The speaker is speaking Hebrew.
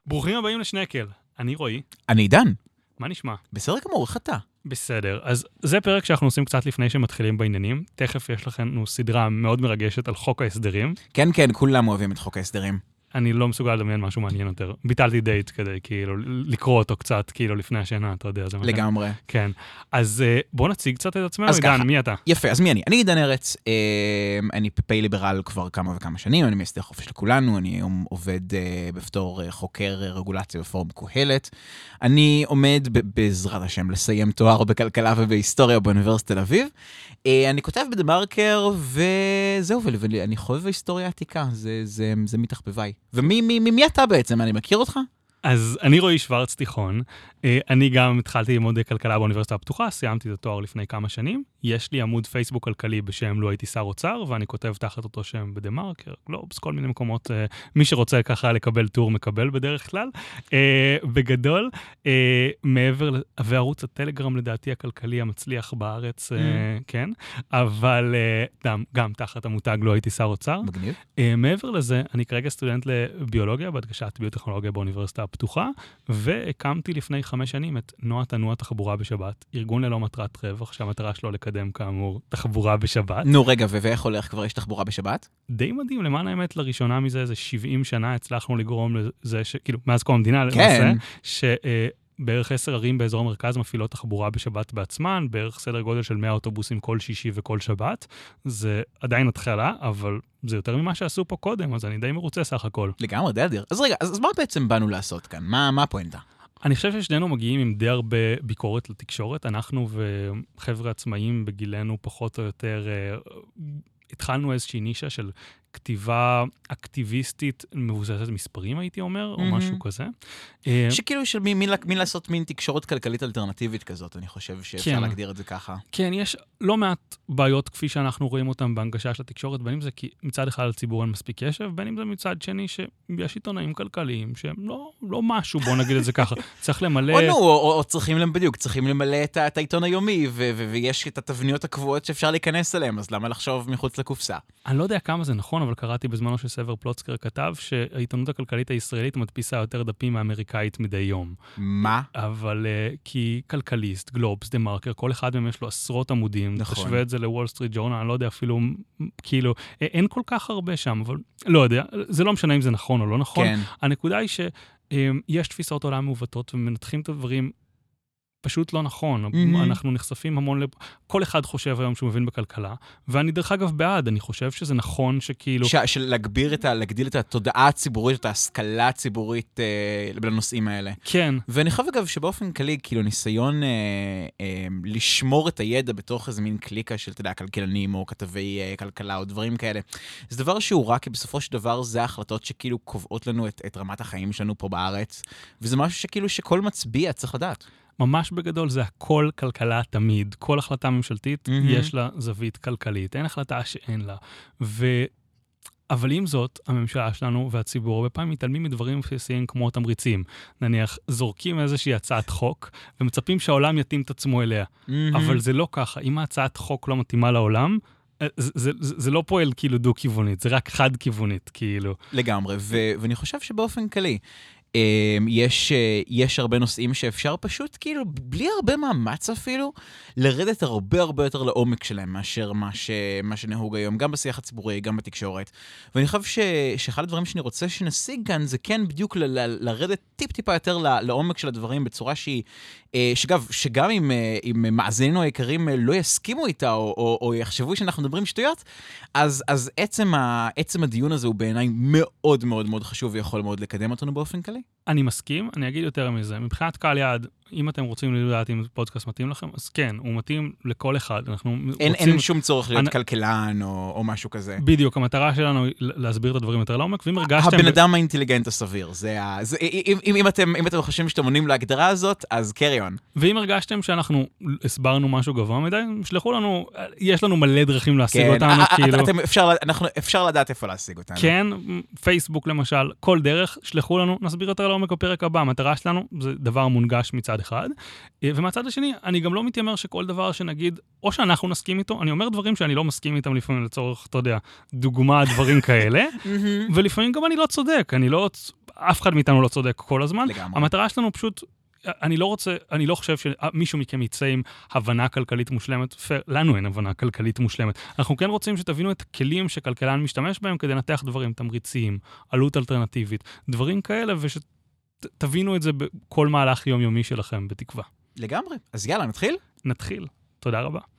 ברוכים הבאים לשנקל. אני רועי. אני עידן. מה נשמע? בסדר גמור, איך אתה? בסדר. אז זה פרק שאנחנו עושים קצת לפני שמתחילים בעניינים. תכף יש לכם סדרה מאוד מרגשת על חוק ההסדרים. כן, כן, כולם אוהבים את חוק ההסדרים. אני לא מסוגל לדמיין משהו מעניין יותר. ביטלתי דייט כדי כאילו לקרוא אותו קצת כאילו לפני השינה, אתה יודע. לגמרי. כן. אז בוא נציג קצת את עצמנו. אז עידן, ככה. מי אתה? יפה, אז מי אני? אני עידן ארץ, אני פפאי ליברל כבר כמה וכמה שנים, אני מייסד החופש לכולנו, אני היום עובד בפתור חוקר רגולציה בפורום קהלת. אני עומד בעזרת השם לסיים תואר בכלכלה ובהיסטוריה באוניברסיטת תל אביב. אני כותב בדה-מרקר, וזהו, ואני חובב ההיסטוריה העתיקה, זה מתחבביי. ומי אתה בעצם? אני מכיר אותך? אז אני רועי שוורץ תיכון, אני גם התחלתי ללמוד כלכלה באוניברסיטה הפתוחה, סיימתי את התואר לפני כמה שנים, יש לי עמוד פייסבוק כלכלי בשם לא הייתי שר אוצר, ואני כותב תחת אותו שם בדה-מרקר, גלובס, כל מיני מקומות, מי שרוצה ככה לקבל טור מקבל בדרך כלל. בגדול, מעבר, וערוץ הטלגרם לדעתי הכלכלי המצליח בארץ, כן, אבל גם תחת המותג לא הייתי שר אוצר. מגניב. מעבר לזה, אני כרגע סטודנט לביולוגיה, בהדגשת ביוטכנולוגיה באוניברסיטה הפתוחה, והקמתי לפני 5 שנים את נוע תנוע תחבורה בשבת, ארגון ללא מטרת רווח, שהמטרה שלו לקדם כאמור תחבורה בשבת. נו רגע, ואיך הולך כבר יש תחבורה בשבת? די מדהים, למען האמת לראשונה מזה איזה 70 שנה הצלחנו לגרום לזה, כאילו מאז קום המדינה כן. למעשה, בערך 10 ערים באזור המרכז מפעילות תחבורה בשבת בעצמן, בערך סדר גודל של 100 אוטובוסים כל שישי וכל שבת. זה עדיין התחלה, אבל זה יותר ממה שעשו פה קודם, אז אני די מרוצה סך הכל. לגמרי, די אדיר. אז רגע, אז מה בעצם באנו לעשות כאן? מה הפואנטה? אני חושב ששנינו מגיעים עם די הרבה ביקורת לתקשורת. אנחנו וחבר'ה עצמאים בגילנו פחות או יותר, התחלנו איזושהי נישה של כתיבה אקטיביסטית מבוססת מספרים, הייתי אומר, או משהו כזה. שכאילו של מי לעשות מין תקשורת כלכלית אלטרנטיבית כזאת, אני חושב שאפשר להגדיר את זה ככה. כן, יש לא מעט בעיות כפי שאנחנו רואים אותם בהנגשה של התקשורת, בין אם זה כי מצד אחד לציבור אין מספיק קשב, בין אם זה מצד שני שיש עיתונאים כלכליים שהם לא משהו, בוא נגיד את זה ככה. צריך למלא... או צריכים למלא את העיתון היומי, ויש את התבניות הקבועות שאפשר להיכנס אליהם, אז למה לחשוב מחוץ לקופסה? אני לא יודע כמה זה נכון, אבל קראתי בזמנו שסבר פלוצקר כתב שהעיתונות הכלכלית הישראלית מדפיסה יותר דפים מהאמריקאית מדי יום. מה? אבל כי כלכליסט, גלובס, דה-מרקר, כל אחד מהם יש לו עשרות עמודים. נכון. תשווה את זה לוול סטריט ג'ורנל, אני לא יודע אפילו, כאילו, אין כל כך הרבה שם, אבל לא יודע, זה לא משנה אם זה נכון או לא נכון. כן. הנקודה היא שיש תפיסות עולם מעוותות ומנתחים את הדברים פשוט לא נכון. אנחנו נחשפים המון כל אחד חושב היום שהוא מבין בכלכלה, ואני דרך אגב בעד, אני חושב שזה נכון שכאילו... להגדיל את התודעה הציבורית, את ההשכלה הציבורית לנושאים האלה. כן. ואני חושב אגב שבאופן כללי, כאילו ניסיון לשמור את הידע בתוך איזה מין קליקה של, אתה יודע, כלכלנים או כתבי כלכלה או דברים כאלה. זה דבר שהוא רע, כי בסופו של דבר זה ההחלטות שכאילו קובעות לנו את רמת החיים שלנו פה בארץ, וזה משהו שכאילו שכל מצביע צריך לדעת. ממש בגדול זה הכל כלכלה תמיד. כל החלטה ממשלתית יש לה זווית כלכלית. אין החלטה שאין לה. אבל עם זאת, הממשלה שלנו והציבור הרבה פעמים מתעלמים מדברים בסיסיים כמו תמריצים. נניח, זורקים איזושהי הצעת חוק ומצפים שהעולם יתאים את עצמו אליה. אבל זה לא ככה. אם ההצעת חוק לא מתאימה לעולם, זה לא פועל כאילו דו-כיוונית, זה רק חד-כיוונית, כאילו. לגמרי, ואני חושב שבאופן כללי, יש הרבה נושאים שאפשר פשוט, כאילו, בלי הרבה מאמץ אפילו, לרדת הרבה יותר לעומק שלהם, מאשר מה שנהוג היום, גם בשיח הציבורי, גם בתקשורת. ואני חושב שאחד הדברים שאני רוצה שנשיג כאן, זה כן בדיוק לרדת טיפה יותר לעומק של הדברים, בצורה שהיא, שגם אם מאזינינו היקרים לא יסכימו איתה, או יחשבו שאנחנו מדברים שטויות, אז עצם הדיון הזה הוא בעיניי מאוד מאוד מאוד חשוב, ויכול מאוד לקדם אותנו באופן כללי. אני מסכים, אני אגיד יותר מזה. מבחינת קהל יעד, אם אתם רוצים לדעת אם פודקאסט מתאים לכם, אז כן, הוא מתאים לכל אחד. אין שום צורך להיות כלכלן או משהו כזה. בדיוק, המטרה שלנו היא להסביר את הדברים יותר לעומק, ואם הרגשתם... הבן אדם האינטליגנט הסביר, אם אתם חושבים שאתם עונים להגדרה הזאת, אז קריון. ואם הרגשתם שאנחנו הסברנו משהו גבוה מדי, שלחו לנו, יש לנו מלא דרכים להשיג אותנו, כאילו... אפשר לדעת איפה להשיג אותנו. כן, פייסבוק למשל, כל דרך, שלחו לנו, נסביר יותר לעומק בפרק הבא. המטרה שלנו זה דבר מונגש מצד אחד, ומהצד השני, אני גם לא מתיימר שכל דבר שנגיד, או שאנחנו נסכים איתו, אני אומר דברים שאני לא מסכים איתם לפעמים לצורך, אתה יודע, דוגמה, דברים כאלה, ולפעמים גם אני לא צודק, אף אחד מאיתנו לא צודק כל הזמן. לגמרי. המטרה שלנו פשוט, אני לא חושב שמישהו מכם יצא עם הבנה כלכלית מושלמת, לנו אין הבנה כלכלית מושלמת. אנחנו כן רוצים שתבינו את הכלים שכלכלן משתמש בהם כדי לנתח דברים, תמריצים, עלות אלטרנטיבית, דברים כאלה, ושתבינו את זה בכל מהלך יומיומי שלכם, בתקווה. לגמרי. אז יאללה, נתחיל? נתחיל. תודה רבה.